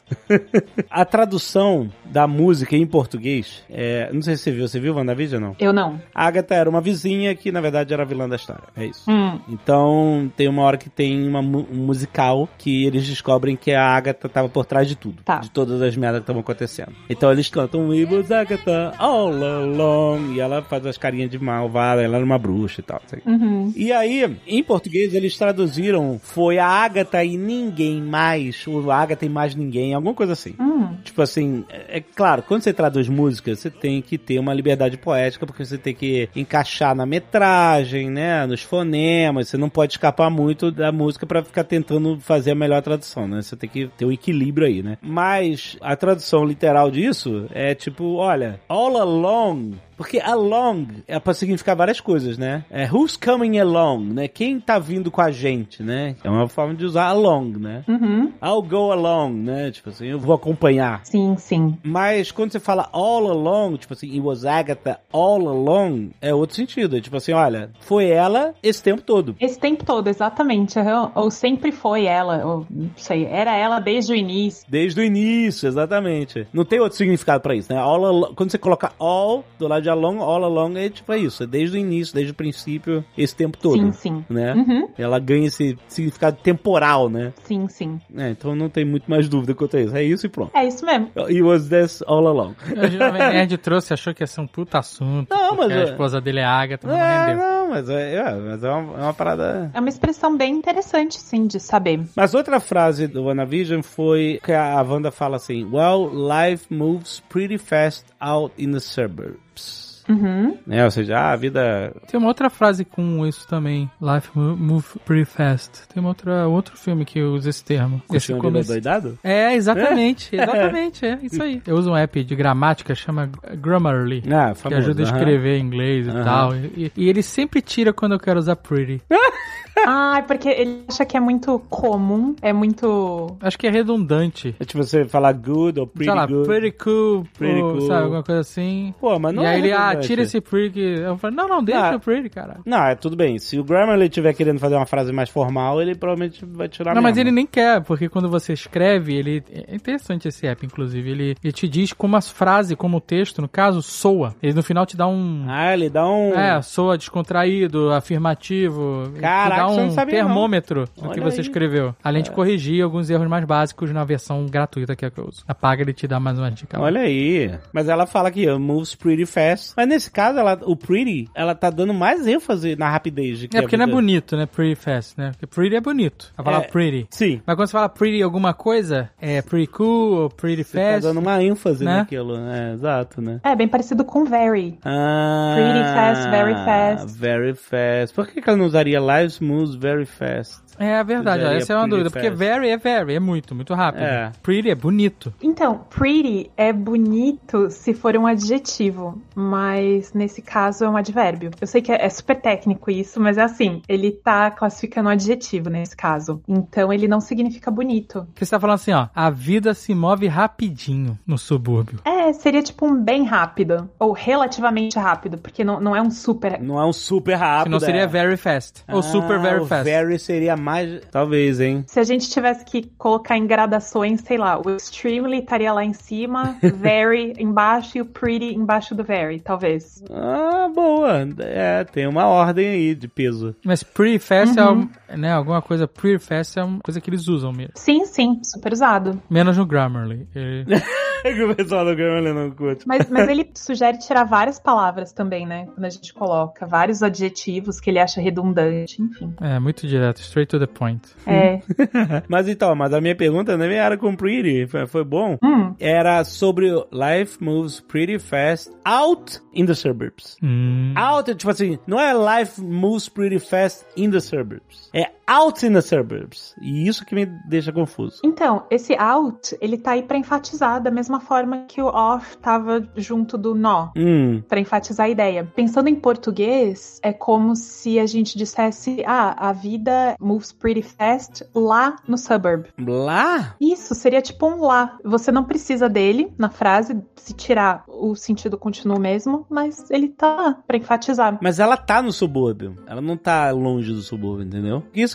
A tradução da música em português, é, não sei se você viu, você viu WandaVision ou não? Eu não. A Agatha era uma vizinha que, na verdade, era a vilã da história. É isso. Hum. Então, tem uma hora que tem uma, um musical que eles descobrem que a Agatha tava por trás de tudo. Tá. De todas as merdas que estavam acontecendo. Então, eles cantam It was Agatha all along. E ela faz as carinhas de malvada. Ela era uma bruxa e tal. Assim. Uhum. E aí, em português, eles traduziram foi a Agatha e ninguém mais. Ou a Agatha e mais ninguém. Alguma coisa assim. Hum. Tipo assim, é, é claro, quando você traduz música, você tem que ter uma liberdade poética, porque você tem que encaixar na metragem, né, nos fonemas, você não pode escapar muito da música pra ficar tentando fazer a melhor tradução, né, você tem que ter um equilíbrio aí, né. Mas a tradução literal disso é tipo, olha, all along... Porque along é pra significar várias coisas, né? É who's coming along, né? Quem tá vindo com a gente, né? É uma forma de usar along, né? Uhum. I'll go along, né? Tipo assim, eu vou acompanhar. Sim, sim. Mas quando você fala all along, tipo assim, it was Agatha all along, é outro sentido. É tipo assim, olha, foi ela esse tempo todo. Esse tempo todo, exatamente. Ou, ou sempre foi ela, ou não sei, era ela desde o início. Desde o início, exatamente. Não tem outro significado pra isso, né? All along, quando você coloca all do lado de along, all along é tipo é isso, é desde o início, desde o princípio, esse tempo todo. Sim, sim. Né? Uhum. Ela ganha esse significado temporal, né? Sim, sim. É, então não tem muito mais dúvida quanto a isso. É isso e pronto. É isso mesmo. It was this all along. O Jovem Nerd trouxe, achou que ia ser um puta assunto. Não, mas a eu- esposa dele é a Agatha, mas É, não rendeu. não, mas é, é, mas é uma, é uma parada... É uma expressão bem interessante, sim, de saber. Mas outra frase do WandaVision foi que a Wanda fala assim, well, life moves pretty fast out in the suburbs. Uhum. É, ou seja, ah, a vida... Tem uma outra frase com isso também. Life mo- move pretty fast. Tem uma outra, outro filme que usa esse termo. Esse Continua vida começo. doidado? É, exatamente. Exatamente, é isso aí. Eu uso um app de gramática, chama Grammarly. Ah, Que famoso. ajuda a aham. escrever em inglês e Aham. tal. E, e ele sempre tira quando eu quero usar pretty. Ah, é porque ele acha que é muito comum, é muito... Acho que é redundante. É tipo você falar good ou pretty Sei lá, good. pretty cool, Pretty ou, cool. sabe, alguma coisa assim. Pô, mas não e é aí ele, ah, redundante. tira esse pretty. que- Eu falo, não, não, deixa Ah. o pretty, cara. Não, é tudo bem. Se o Grammarly estiver querendo fazer uma frase mais formal, ele provavelmente vai tirar Não, mas mesmo. ele nem quer, porque quando você escreve, ele... É interessante esse app, inclusive. Ele, ele te diz como as frases, como o texto, no caso, soa. Ele no final te dá um... Ah, ele dá um... É, soa descontraído, afirmativo. Ele te Caraca, dá você um não sabia, termômetro do Olha que você aí. escreveu. Além de corrigir alguns erros mais básicos na versão gratuita que é que eu uso. Apaga, ele te dá mais uma dica. lá. Olha aí. Mas ela fala que moves pretty fast. Mas nesse caso, ela, o pretty, ela tá dando mais ênfase na rapidez de que É porque a não é vida... bonito, né? Pretty fast, né? Porque pretty é bonito. A palavra É, pretty. Sim. Mas quando você fala pretty alguma coisa, é pretty cool ou pretty Você tá fast. dando uma ênfase né? naquilo. É, exato, né? É, bem parecido com very. Ah, Pretty fast, very fast. Very fast. Por que, que ela não usaria life moves very fast? É a verdade, ó, Usaria essa é uma pretty dúvida. Porque fast. very é very, é muito, muito rápido. É. Pretty é bonito. Então, pretty é bonito se for um adjetivo, mas nesse caso é um advérbio. Eu sei que é, é super técnico isso, mas é assim, ele tá classificando um adjetivo nesse caso. Então ele não significa bonito. Porque você tá falando assim, ó, a vida se move rapidinho no subúrbio. É, seria tipo um bem rápido, ou relativamente rápido, porque não, não é um super... Não é um super rápido. Senão seria é. very fast. Ou Ah, super very o fast. very seria mais... Talvez, hein? Se a gente tivesse que colocar em gradações, sei lá, o extremely estaria lá em cima, very embaixo e o pretty embaixo do very, talvez. Ah, boa. É, tem uma ordem aí de peso. Mas pretty fast é, Uhum. um, né, alguma coisa, pretty fast é uma coisa que eles usam mesmo. Sim, sim, super usado. Menos no Grammarly. Ele- É que o pessoal do Grammarly não curte. Mas, mas ele sugere tirar várias palavras também, né? Quando a gente coloca vários adjetivos que ele acha redundante, enfim. é, muito direto, straight to the point. É. Mas então, mas a minha pergunta nem era com pretty, foi, foi bom. Hum, Era sobre o life moves pretty fast out in the suburbs. Hum. Out, tipo assim, não é life moves pretty fast in the suburbs. É out in the suburbs. E isso que me deixa confuso. então, esse out, ele tá aí pra enfatizar da mesma forma que o off tava junto do nó. Hum. Pra enfatizar a ideia. Pensando em português, é como se a gente dissesse, ah, a vida moves pretty fast lá no suburb. Lá? Isso, seria tipo um lá. Você não precisa dele na frase, se tirar o sentido continua o mesmo, mas ele tá lá pra enfatizar. Mas ela tá no subúrbio. Ela não tá longe do subúrbio, entendeu? Isso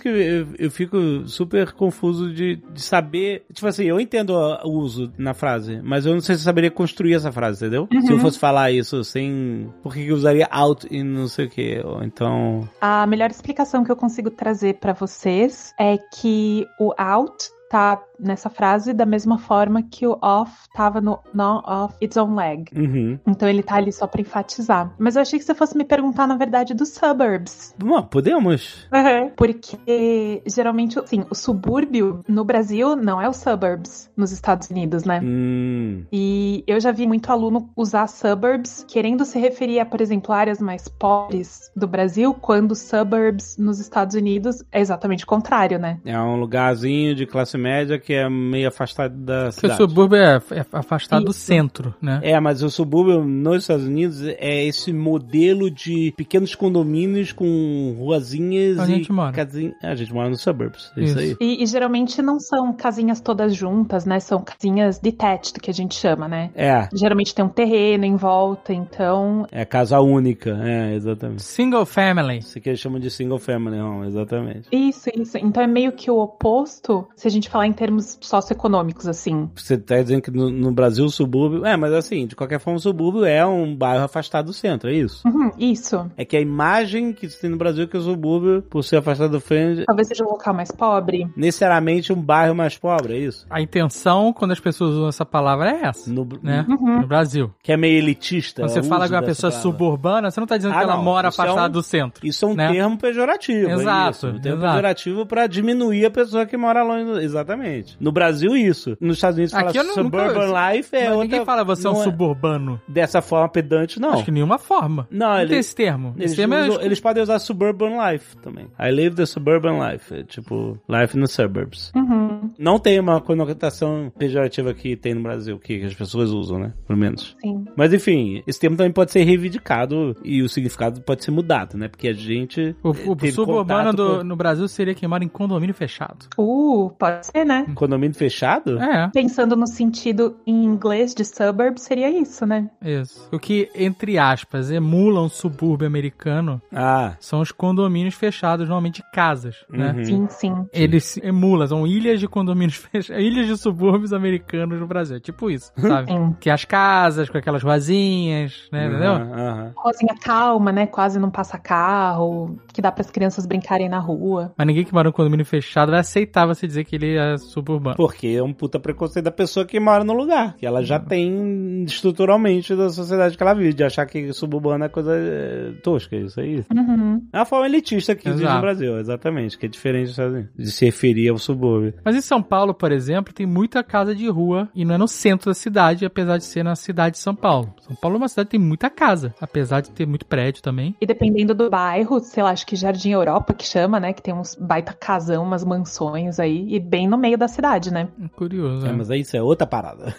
que eu, eu fico super confuso de, de saber... Tipo assim, eu entendo o uso na frase, mas eu não sei se eu saberia construir essa frase, entendeu? Uhum. Se eu fosse falar isso sem... Por que eu usaria out e não sei o quê? Ou então... A melhor explicação que eu consigo trazer pra vocês é que o out tá nessa frase da mesma forma que o off tava no no off its own leg. Uhum. Então ele tá ali só pra enfatizar. Mas eu achei que você fosse me perguntar, na verdade, dos suburbs. Bom, podemos. Uhum. Porque, geralmente, assim, o subúrbio no Brasil não é o suburbs nos Estados Unidos, né? Hum. E eu já vi muito aluno usar suburbs querendo se referir a, por exemplo, áreas mais pobres do Brasil, quando suburbs nos Estados Unidos é exatamente o contrário, né? É um lugarzinho de classe média que é meio afastado da Porque cidade. o subúrbio é, é afastado Isso. do centro, né? É, mas o subúrbio nos Estados Unidos é esse modelo de pequenos condomínios com ruazinhas Onde e a gente mora. casinhas. A gente mora nos suburbs, é isso, Isso. aí. E, e geralmente não são casinhas todas juntas, né? São casinhas detached, que a gente chama, né? É, Geralmente tem um terreno em volta, então... é casa única, é, exatamente. Single family. Isso que eles chamam de single family home, exatamente. Isso, isso. Então é meio que o oposto, se a gente falar em termos socioeconômicos, assim. Você tá dizendo que no, no Brasil o subúrbio... É, mas assim, de qualquer forma o subúrbio é um bairro afastado do centro, é isso? Uhum, isso. É que a imagem que se tem no Brasil é que o subúrbio, por ser afastado do centro, Talvez seja um local mais pobre. necessariamente um bairro mais pobre, é isso? A intenção, quando as pessoas usam essa palavra, é essa, No, né? Uhum. No Brasil. Que é meio elitista. Quando você o fala uso que uma dessa pessoa palavra. suburbana, você não tá dizendo Ah, que ela não, mora isso é afastada um- do centro. Isso é um né? termo pejorativo. Exato, É isso. Um termo exato. pejorativo pra diminuir a pessoa que mora longe. do- Exatamente. No Brasil, isso. Nos Estados Unidos, fala Aqui eu não- suburban nunca- life é Mas outra... ninguém fala você é um não suburbano. Dessa forma pedante, não. Acho que nenhuma forma. Não, Não ele- tem esse termo. Eles, Esse termo é... usam- eles podem usar suburban life também. I live the suburban life. É tipo, life nos suburbs. Uhum, Não tem uma conotação pejorativa que tem no Brasil, que as pessoas usam, né? Pelo menos. sim. Mas enfim, esse termo também pode ser reivindicado e o significado pode ser mudado, né? Porque a gente... O, o teve suburbano contato do, com- no Brasil seria quem mora em condomínio fechado. Uh, pode ser, né? Condomínio fechado? É, Pensando no sentido em inglês de suburb, seria isso, né? isso. O que, entre aspas, emula um subúrbio americano Ah. são os condomínios fechados, normalmente casas, né? Uhum. Sim, sim. Eles emulam, são ilhas de condomínios fechados, ilhas de subúrbios americanos no Brasil. É tipo isso, sabe? Sim. Que as casas com aquelas ruazinhas, né? Entendeu? Aham, aham. Rosinha calma, né? Quase não passa carro, que dá pras crianças brincarem na rua. Mas ninguém que mora em condomínio fechado vai aceitar você dizer que ele é suburbano. Porque é um puta preconceito da pessoa que mora no lugar. Que ela já tem estruturalmente da sociedade que ela vive. De achar que suburbano é coisa é, tosca, isso aí. Uhum. É uma forma elitista que existe Exato. no Brasil, exatamente. Que é diferente dos Estados Unidos, de se referir ao subúrbio. Mas em São Paulo, por exemplo, tem muita casa de rua e não é no centro da cidade, apesar de ser na cidade de São Paulo. São Paulo é uma cidade que tem muita casa, apesar de ter muito prédio também. E dependendo do bairro, sei lá, acho que Jardim Europa que chama, né? Que tem uns baita casão, umas mansões aí, e bem no meio da cidade, né? Curioso, É, né? mas aí isso é outra parada.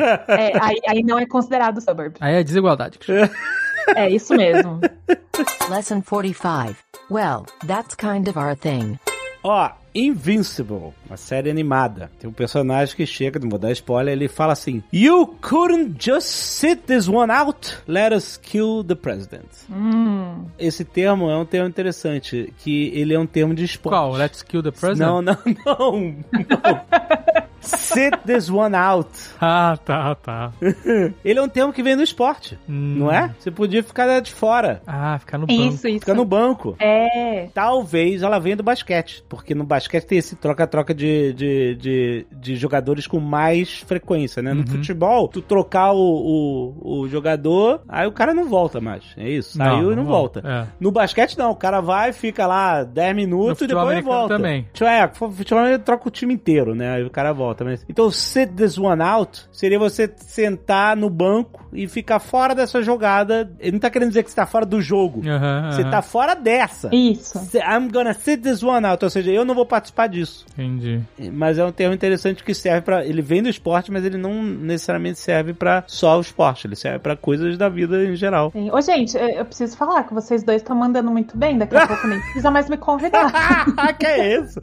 É, aí, aí não é considerado suburb. Aí é desigualdade. É isso mesmo. Lesson forty-five. Well, that's kind of our thing. Ó, Invincible, uma série animada. Tem um personagem que chega, não vou dar spoiler, ele fala assim: You couldn't just sit this one out? Let us kill the president. Hum. Esse termo é um termo interessante, que ele é um termo de esporte. Qual? Let's kill the president? Não, não, não, não. Sit this one out. Ah, tá, tá. Ele é um termo que vem do esporte, Hum. não é? Você podia ficar de fora, Ah, ficar no banco. Isso, isso. ficar no banco. É. Talvez ela venha do basquete, porque no basquete tem esse troca-troca de, de, de, de jogadores com mais frequência, né? No Uhum. futebol, tu trocar o, o, o jogador, aí o cara não volta mais. É isso? Saiu e não volta. É. No basquete, não. O cara vai, fica lá dez No minutos e futebol depois americano volta. também. Tipo, é, futebol americano troca o time inteiro, né? Aí o cara volta. Mas... Então, sit this one out seria você sentar no banco e ficar fora dessa jogada. Ele não tá querendo dizer que você tá fora do jogo. Aham, Você aham. tá fora dessa. Isso. I'm gonna sit this one out. Ou seja, eu não vou participar disso. Entendi. Mas é um termo interessante que serve pra... Ele vem do esporte, mas ele não necessariamente serve pra só o esporte. Ele serve pra coisas da vida em geral. Sim. Ô, gente, eu eu preciso falar que vocês dois estão mandando muito bem. Daqui a pouco nem precisa mais me convidar. Que é isso?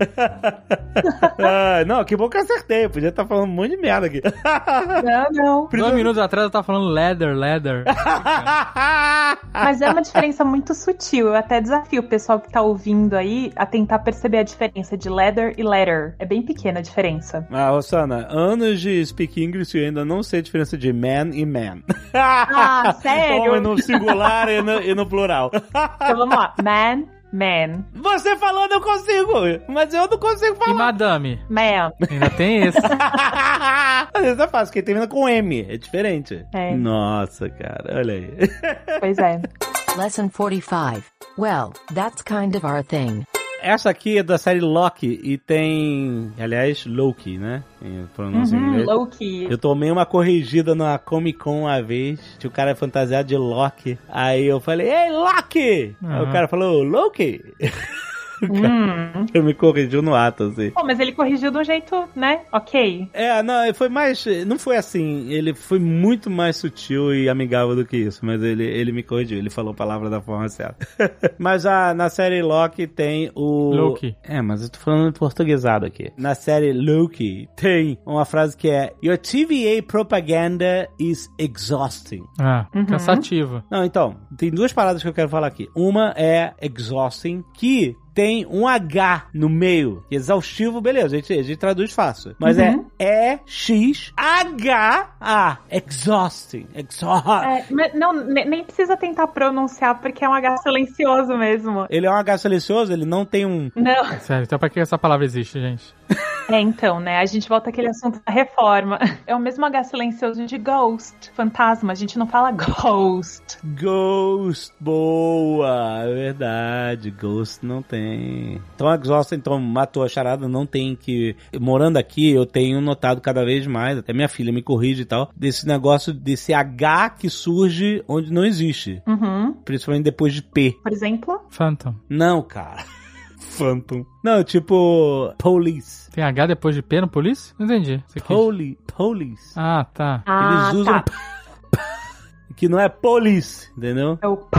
Ah, não, que bom que eu acertei. Eu podia estar falando um monte de merda aqui. Não, não. Dois minutos atrás eu tava falando leather, leather. Mas é uma diferença muito sutil. Eu até desafio o pessoal que tá ouvindo aí a tentar perceber a diferença de leather e letter. É bem pequena a diferença. Ah, Rosana, anos de speak English e eu ainda não sei a diferença de man e man. Ah, sério? Homem no singular e no, e no plural. Então vamos lá. Man, man. Você falando eu consigo, mas eu não consigo falar. E madame? Man. Ainda tem esse. Às vezes é fácil, porque termina com M, é diferente. É. Nossa, cara, olha aí. Pois é. Lesson forty-five. Well, that's kind of our thing. Essa aqui é da série Loki e tem, aliás, Loki, né? Em pronúncia em Uhum, inglês. Loki. Eu tomei uma corrigida na Comic Con uma vez, tinha o cara fantasiado de Loki. Aí eu falei, ei, Loki! Uhum. Aí o cara falou, Loki! Hum. Eu me corrigiu no ato, assim. Pô, mas ele corrigiu de um jeito, né? Ok. É, não, foi mais... Não foi assim, ele foi muito mais sutil e amigável do que isso, mas ele, ele me corrigiu, ele falou a palavra da forma certa. Mas a, na série Loki tem o... Loki. É, mas eu tô falando em portuguesado aqui. Na série Loki tem uma frase que é Your T V A propaganda is exhausting. Ah, Uhum. cansativo. Não, então, tem duas paradas que eu quero falar aqui. Uma é exhausting, que tem um H no meio. Exaustivo, beleza, a gente, a gente traduz fácil. Mas Uhum. é E X H A. Exhausting. Exhausting. É, mas não, ne- nem precisa tentar pronunciar, porque é um H silencioso mesmo. Ele é um H silencioso, ele não tem um... Não. Sério, então pra que essa palavra existe, gente? É, então, né? A gente volta àquele assunto da reforma. É o mesmo H silencioso de ghost, fantasma. A gente não fala ghost. Ghost, boa, é verdade, Ghost não tem. Então, exhausting, então, matou a charada, não tem que... Morando aqui, eu tenho notado cada vez mais, até minha filha me corrige e tal, desse negócio, desse H que surge onde não existe. Uhum. Principalmente depois de P. Por exemplo? Phantom. Não, cara. Phantom. Não, tipo, police. Tem H depois de P no police? Não entendi. Você quis- Poli, police. Ah, tá. Ah, Eles usam... tá. Que não é police, entendeu? É o...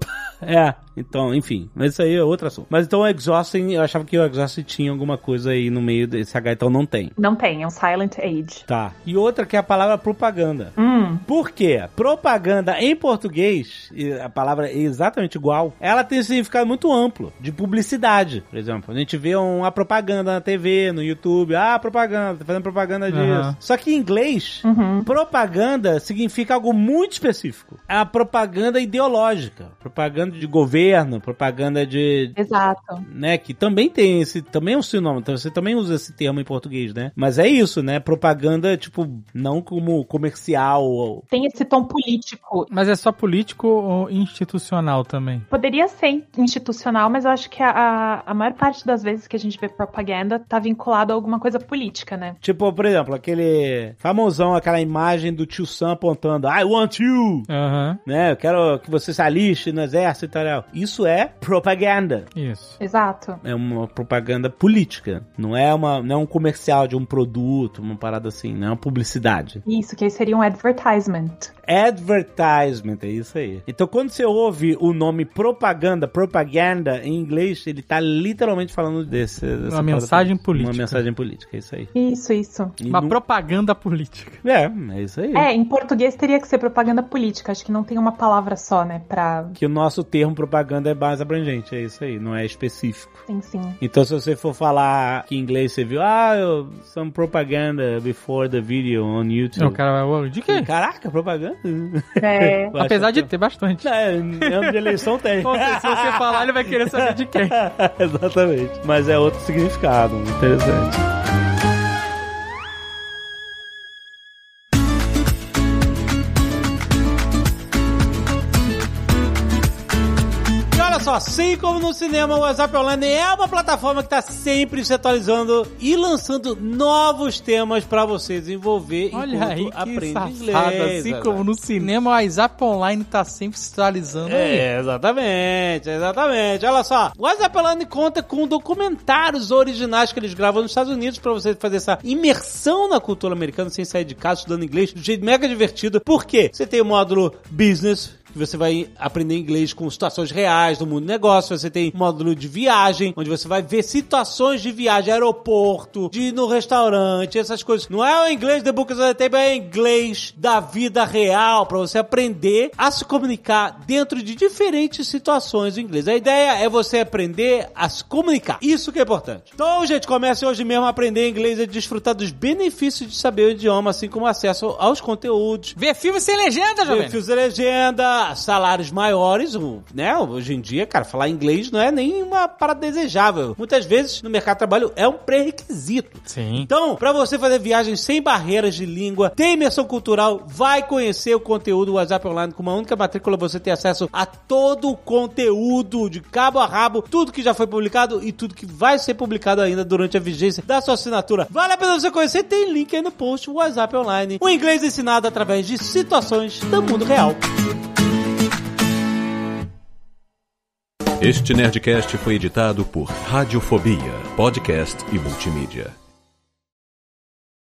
É, então, enfim, mas isso aí é outro assunto. Mas então o Exhausting, eu achava que o Exhausting tinha alguma coisa aí no meio desse H, então não tem. Não tem, é um silent age. Tá. E outra que é a palavra propaganda. Hum. Por quê? Propaganda em português, e a palavra é exatamente igual, ela tem um significado muito amplo, de publicidade. Por exemplo, a gente vê uma propaganda na T V, no YouTube, ah, propaganda, tá fazendo propaganda disso. Uhum. Só que em inglês, Uhum. propaganda significa algo muito específico. É a propaganda ideológica, propaganda de governo, propaganda de... Exato. né, que também tem esse, também é um sinônimo, então você também usa esse termo em português, né? Mas é isso, né? Propaganda, tipo, não como comercial ou... Tem esse tom político. Mas é só político ou institucional também? Poderia ser institucional, mas eu acho que a, a maior parte das vezes que a gente vê propaganda tá vinculado a alguma coisa política, né? Tipo, por exemplo, aquele famosão, aquela imagem do tio Sam apontando I want you, Aham, né? Eu quero que você se aliste no exército e tal. Isso é propaganda. isso. Exato. É uma propaganda política. Não é, uma, não é um comercial de um produto, uma parada assim. Não é uma publicidade. Isso, que aí seria um advertisement. Advertisement, é isso aí. Então, quando você ouve o nome propaganda, propaganda em inglês, ele tá literalmente falando desse. dessa Uma mensagem parada. política. Uma mensagem política, é isso aí. Isso, isso. E Uma não- propaganda política. É, é isso aí. É, em português teria que ser propaganda política. Acho que não tem uma palavra só, né? Pra. Que o nosso termo propaganda é mais abrangente, é isso aí, não é específico. Sim, sim. Então, se você for falar que em inglês você viu, ah, eu- some propaganda before the video on YouTube. O cara vai, "Uou, de quê? Caraca, propaganda? É. Eu acho Apesar de que- ter bastante. É, em ano de eleição tem. Ou seja, se você falar, ele vai querer saber de quem. Exatamente. Mas é outro significado, interessante. E olha só, assim como no cinema, o WhatsApp Online é uma plataforma que está sempre se atualizando e lançando novos temas para você desenvolver Olha enquanto aí que aprende safado. inglês. Assim como no cinema, o WhatsApp Online tá sempre se atualizando aí. É, exatamente, exatamente. Olha só, o WhatsApp Online conta com documentários originais que eles gravam nos Estados Unidos pra você fazer essa imersão na cultura americana sem sair de casa, estudando inglês de um jeito mega divertido. Por quê? Você tem o módulo Business, que você vai aprender inglês com situações reais do mundo do negócio. Você tem um módulo de viagem, onde você vai ver situações de viagem, aeroporto, de ir no restaurante, essas coisas. Não é o inglês The Book is on the Table, é inglês da vida real, pra você aprender a se comunicar dentro de diferentes situações do inglês. A ideia é você aprender a se comunicar. Isso que é importante. Então, gente, comece hoje mesmo a aprender inglês e desfrutar dos benefícios de saber o idioma, assim como acesso aos conteúdos. Ver filme sem legenda, jovem. Ver filmes sem legenda, salários maiores, né? Hoje em dia, cara, falar inglês não é nem uma parada desejável. Muitas vezes, no mercado de trabalho, é um pré-requisito. Sim. Então, pra você fazer viagens sem barreiras de língua, ter imersão cultural, vai conhecer o conteúdo do WhatsApp Online. Com uma única matrícula, você tem acesso a todo o conteúdo, de cabo a rabo, tudo que já foi publicado e tudo que vai ser publicado ainda durante a vigência da sua assinatura. Vale a pena você conhecer, tem link aí no post, o WhatsApp Online. O inglês ensinado através de situações do mundo real. Este Nerdcast foi editado por Radiofobia, podcast e multimídia.